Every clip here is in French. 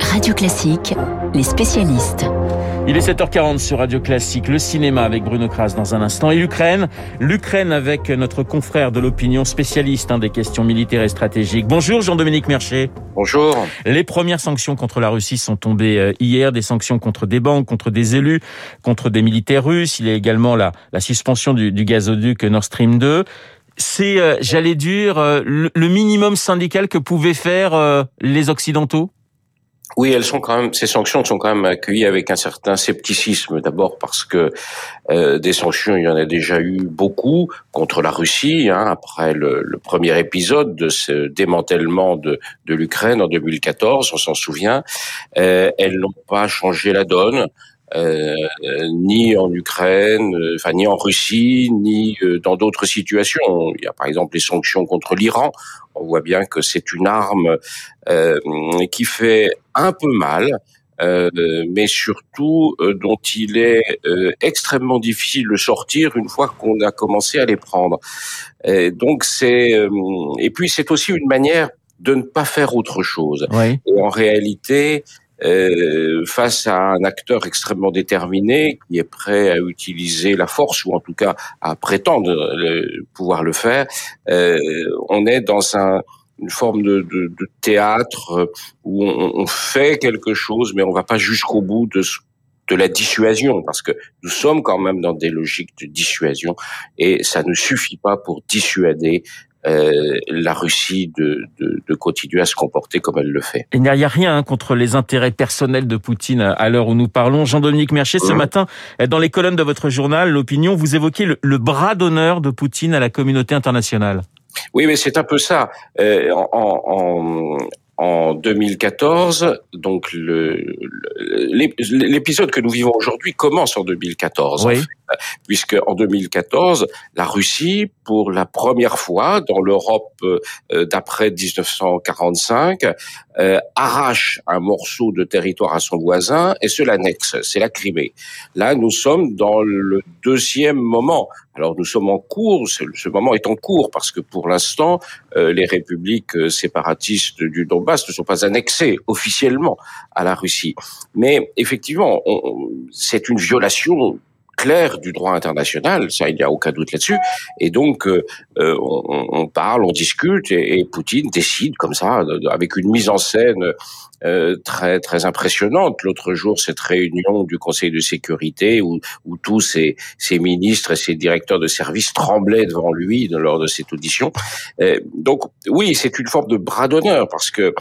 Radio Classique, les spécialistes. Il est 7h40 sur Radio Classique, le cinéma avec Bruno Kras dans un instant et l'Ukraine avec notre confrère de l'opinion spécialiste des questions militaires et stratégiques. Bonjour Jean-Dominique Merchet. Bonjour. Les premières sanctions contre la Russie sont tombées hier, des sanctions contre des banques, contre des élus, contre des militaires russes. Il y a également la suspension du gazoduc Nord Stream 2. C'est, j'allais dire, le minimum syndical que pouvaient faire les Occidentaux ? Oui, ces sanctions sont quand même accueillies avec un certain scepticisme. D'abord parce que des sanctions, il y en a déjà eu beaucoup contre la Russie, après le premier épisode de ce démantèlement de l'Ukraine en 2014, on s'en souvient. Elles n'ont pas changé la donne. Ni en Ukraine, ni en Russie, ni dans d'autres situations. Il y a par exemple les sanctions contre l'Iran. On voit bien que c'est une arme qui fait un peu mal, mais surtout dont il est extrêmement difficile de sortir une fois qu'on a commencé à les prendre. Et puis c'est aussi une manière de ne pas faire autre chose. Oui. Et en réalité, face à un acteur extrêmement déterminé qui est prêt à utiliser la force ou en tout cas à prétendre pouvoir le faire, on est dans une forme de théâtre où on fait quelque chose mais on va pas jusqu'au bout de la dissuasion, parce que nous sommes quand même dans des logiques de dissuasion et ça ne suffit pas pour dissuader la Russie de continuer à se comporter comme elle le fait. Il n'y a rien contre les intérêts personnels de Poutine à l'heure où nous parlons. Jean-Dominique Merchet, ce matin, dans les colonnes de votre journal, l'Opinion, vous évoquez le bras d'honneur de Poutine à la communauté internationale. Oui, mais c'est un peu ça. En 2014, donc l'épisode que nous vivons aujourd'hui commence en 2014. Oui. En fait, puisque en 2014, la Russie, pour la première fois dans l'Europe d'après 1945, arrache un morceau de territoire à son voisin et se l'annexe. C'est la Crimée. Là, nous sommes dans le deuxième moment. Alors, nous sommes en cours. Ce moment est en cours parce que pour l'instant, les républiques séparatistes du Donbass ne sont pas annexées officiellement à la Russie. Mais effectivement, c'est une violation clair du droit international, ça il n'y a aucun doute là-dessus, et donc on parle, on discute, et Poutine décide comme ça, avec une mise en scène très très impressionnante. L'autre jour, cette réunion du Conseil de sécurité où tous ces ministres et ces directeurs de services tremblaient devant lui lors de cette audition. Donc oui, c'est une forme de bras d'honneur parce que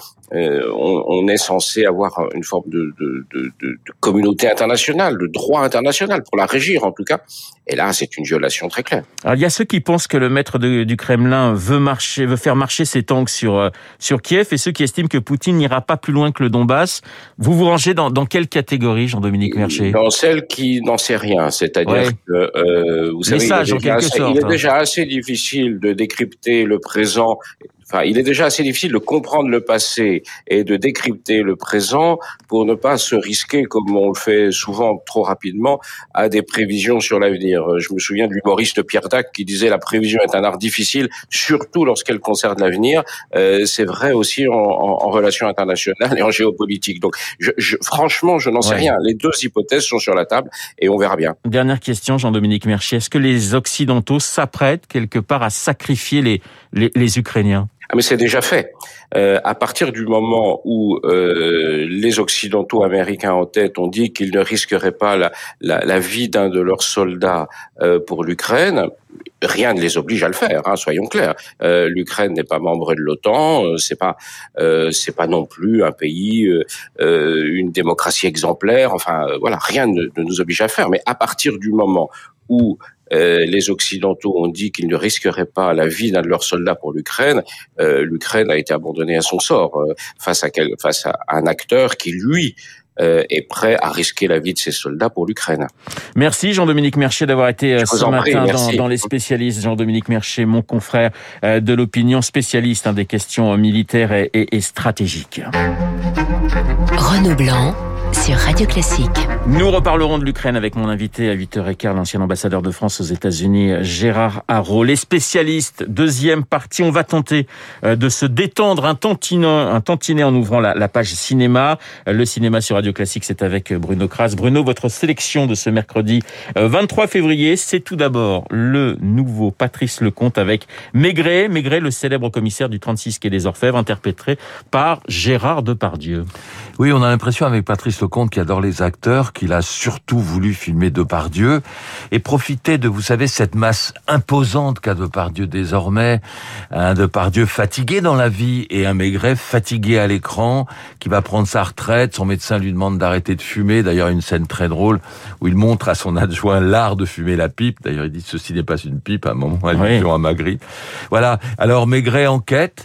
on est censé avoir une forme de communauté internationale, de droit international pour la régir en tout cas. Et là, c'est une violation très claire. Alors, il y a ceux qui pensent que le maître du Kremlin veut faire marcher ses tanks sur Kiev, et ceux qui estiment que Poutine n'ira pas plus loin que le Donbass. Vous vous rangez dans quelle catégorie, Jean-Dominique Merchet ? Dans celle qui n'en sait rien, c'est-à-dire que vous savez, il est déjà assez difficile de décrypter le présent. Enfin, il est déjà assez difficile de comprendre le passé et de décrypter le présent pour ne pas se risquer, comme on le fait souvent trop rapidement, à des prévisions sur l'avenir. Je me souviens de l'humoriste Pierre Dac qui disait « La prévision est un art difficile, surtout lorsqu'elle concerne l'avenir ». C'est vrai aussi en relations internationales et en géopolitique. Donc, franchement, je n'en sais rien. Les deux hypothèses sont sur la table et on verra bien. Dernière question, Jean-Dominique Merchet. Est-ce que les Occidentaux s'apprêtent quelque part à sacrifier les Ukrainiens ? Ah, mais c'est déjà fait. À partir du moment où les Occidentaux américains en tête ont dit qu'ils ne risqueraient pas la vie d'un de leurs soldats pour l'Ukraine, rien ne les oblige à le faire, soyons clairs. L'Ukraine n'est pas membre de l'OTAN, c'est pas non plus un pays, une démocratie exemplaire. Enfin, voilà, rien ne nous oblige à le faire. Mais à partir du moment où les Occidentaux ont dit qu'ils ne risqueraient pas la vie d'un de leurs soldats pour l'Ukraine, l'Ukraine a été abandonnée à son sort face à un acteur qui, lui, est prêt à risquer la vie de ses soldats pour l'Ukraine. Merci Jean-Dominique Merchet d'avoir été ce matin dans les spécialistes. Jean-Dominique Merchet, mon confrère de l'opinion, spécialiste des questions militaires et stratégiques. Renaud Blanc sur Radio Classique. Nous reparlerons de l'Ukraine avec mon invité à 8h15, l'ancien ambassadeur de France aux États-Unis, Gérard Araud. Les spécialistes, deuxième partie, on va tenter de se détendre un tantinet en ouvrant la page cinéma. Le cinéma sur Radio Classique, c'est avec Bruno Kras. Bruno, votre sélection de ce mercredi 23 février, c'est tout d'abord le nouveau Patrice Lecomte avec Maigret. Maigret, le célèbre commissaire du 36 quai des Orfèvres, interprété par Gérard Depardieu. Oui, on a l'impression avec Patrice Lecomte qui adore les acteurs, qu'il a surtout voulu filmer Depardieu et profiter de, vous savez, cette masse imposante qu'a Depardieu désormais, un Depardieu fatigué dans la vie et un Maigret fatigué à l'écran, qui va prendre sa retraite. Son médecin lui demande d'arrêter de fumer. D'ailleurs, une scène très drôle où il montre à son adjoint l'art de fumer la pipe. D'ailleurs, il dit ceci n'est pas une pipe, à un moment, allusion à Magritte. Voilà. Alors, Maigret enquête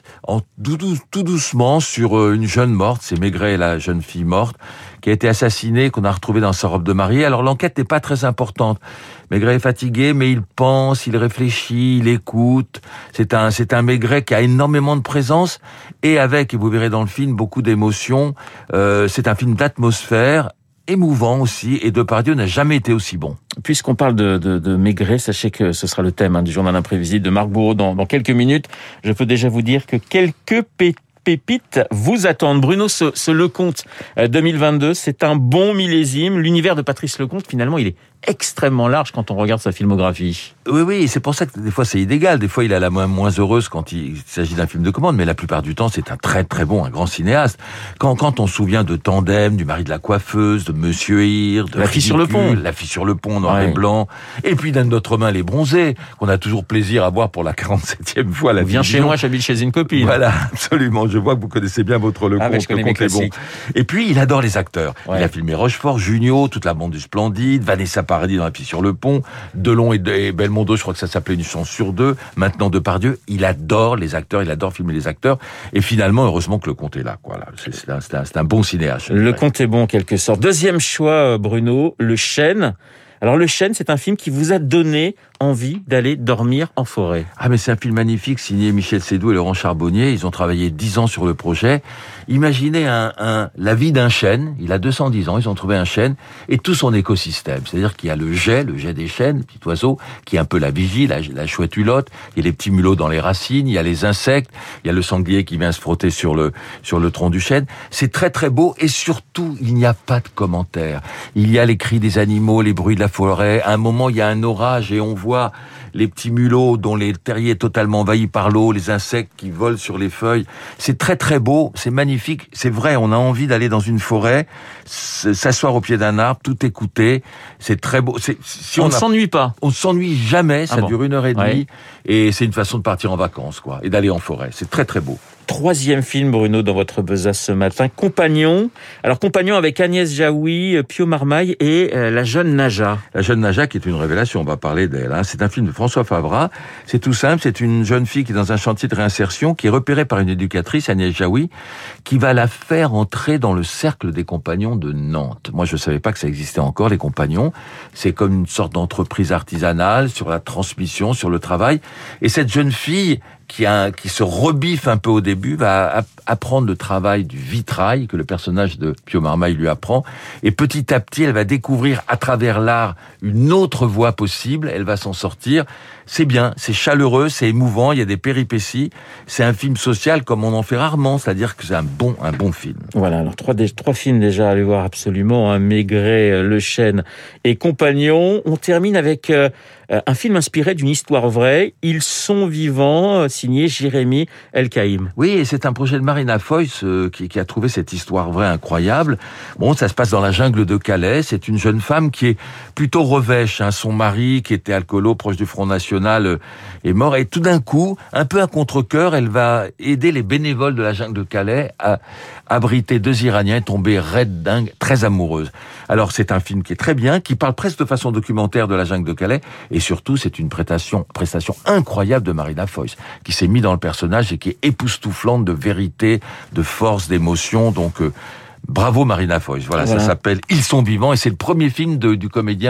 tout doucement sur une jeune morte. C'est Maigret et la jeune fille morte qui a été assassinée, qu'on a retrouvée dans sa robe de mariée. Alors l'enquête n'est pas très importante. Maigret est fatigué, mais il pense, il réfléchit, il écoute. C'est un Maigret qui a énormément de présence et avec, et vous verrez dans le film, beaucoup d'émotions. C'est un film d'atmosphère, émouvant aussi, et Depardieu n'a jamais été aussi bon. Puisqu'on parle de Maigret, sachez que ce sera le thème du journal imprévisible de Marc Bourreau dans quelques minutes. Je peux déjà vous dire que quelques pépites vous attendent. Bruno, ce Lecomte 2022, c'est un bon millésime. L'univers de Patrice Lecomte, finalement, il est extrêmement large quand on regarde sa filmographie. Oui, c'est pour ça que des fois c'est inégal. Des fois il a la main moins heureuse quand il s'agit d'un film de commande, mais la plupart du temps c'est un très très bon, un grand cinéaste. Quand on se souvient de Tandem, du mari de la coiffeuse, de Monsieur Hir, de La fille sur le pont, La fille sur le pont, noir et blanc, et puis d'un autre main Les Bronzés, qu'on a toujours plaisir à voir pour la 47e fois. La Viens chez moi, j'habite chez une copine. Voilà, absolument. Je vois que vous connaissez bien votre Lecomte. Je connais mes classiques. Et puis il adore les acteurs. Il a filmé Rochefort, Junio, toute la bande du Splendide, Vanessa Paradis dans La fille sur le pont, Delon et Belmondo, je crois que ça s'appelait Une chance sur deux. Maintenant Depardieu, il adore les acteurs, il adore filmer les acteurs. Et finalement, heureusement que Lecomte est là. Voilà, c'est un bon cinéaste. Lecomte est bon en quelque sorte. Deuxième choix, Bruno, Le Chêne. Alors Le Chêne, c'est un film qui vous a donné envie d'aller dormir en forêt. Ah mais c'est un film magnifique, signé Michel Seydoux et Laurent Charbonnier. Ils ont travaillé 10 ans sur le projet. Imaginez la vie d'un chêne. Il a 210 ans, ils ont trouvé un chêne et tout son écosystème. C'est-à-dire qu'il y a le jet des chênes, petit oiseau, qui est un peu la vigie, la chouette hulotte. Il y a les petits mulots dans les racines, il y a les insectes, il y a le sanglier qui vient se frotter sur le tronc du chêne. C'est très très beau et surtout, il n'y a pas de commentaires. Il y a les cris des animaux, les bruits de la forêt. À un moment, il y a un orage et on voit les petits mulots dont les terriers est totalement envahi par l'eau, les insectes qui volent sur les feuilles. C'est très très beau, c'est magnifique. C'est vrai, on a envie d'aller dans une forêt, s'asseoir au pied d'un arbre, tout écouter. C'est très beau. On ne s'ennuie pas. On ne s'ennuie jamais, ça dure 1h30 et c'est une façon de partir en vacances, quoi, et d'aller en forêt. C'est très très beau. Troisième film, Bruno, dans votre besace ce matin, Compagnon. Alors, Compagnon avec Agnès Jaoui, Pio Marmaille et la jeune Naja. La jeune Naja qui est une révélation, on va parler d'elle. C'est un film de François Favras. C'est tout simple, c'est une jeune fille qui est dans un chantier de réinsertion, qui est repérée par une éducatrice, Agnès Jaoui, qui va la faire entrer dans le cercle des Compagnons de Nantes. Moi, je ne savais pas que ça existait encore, les Compagnons. C'est comme une sorte d'entreprise artisanale sur la transmission, sur le travail. Et cette jeune fille qui se rebiffe un peu au début, va apprendre le travail du vitrail que le personnage de Pio Marmaille lui apprend. Et petit à petit, elle va découvrir à travers l'art une autre voie possible. Elle va s'en sortir. C'est bien, c'est chaleureux, c'est émouvant, il y a des péripéties. C'est un film social comme on en fait rarement, c'est-à-dire que c'est un bon film. Voilà, alors trois films déjà à aller voir absolument, Maigret, Le Chêne et Compagnon. On termine avec un film inspiré d'une histoire vraie. Ils sont vivants, signé Jérémy Elkaïm. Oui, et c'est un projet de Marina Foïs qui a trouvé cette histoire vraie incroyable. Bon, ça se passe dans la jungle de Calais. C'est une jeune femme qui est plutôt revêche. Son mari, qui était alcoolo, proche du Front National, est mort. Et tout d'un coup, un peu à contre-cœur, elle va aider les bénévoles de la jungle de Calais à abriter 2 Iraniens tombés raides dingues, très amoureuses. Alors, c'est un film qui est très bien, qui parle presque de façon documentaire de la jungle de Calais. Et surtout, c'est une prestation incroyable de Marina Foïs, qui s'est mis dans le personnage et qui est époustouflante de vérité, de force, d'émotion. Donc, bravo Marina Foïs. Voilà, ça s'appelle Ils sont vivants et c'est le premier film du comédien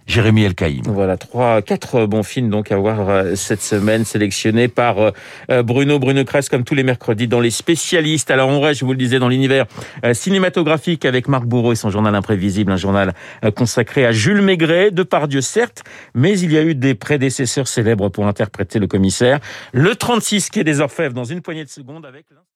Jérémy Elkaïm. Voilà, 4 bons films donc à voir cette semaine, sélectionnés par Bruno Cresse, comme tous les mercredis dans Les Spécialistes. Alors on reste, je vous le disais, dans l'univers cinématographique avec Marc Bourreau et son journal imprévisible, un journal consacré à Jules Maigret, Depardieu certes, mais il y a eu des prédécesseurs célèbres pour interpréter le commissaire. Le 36 quai des Orfèvres dans une poignée de secondes avec...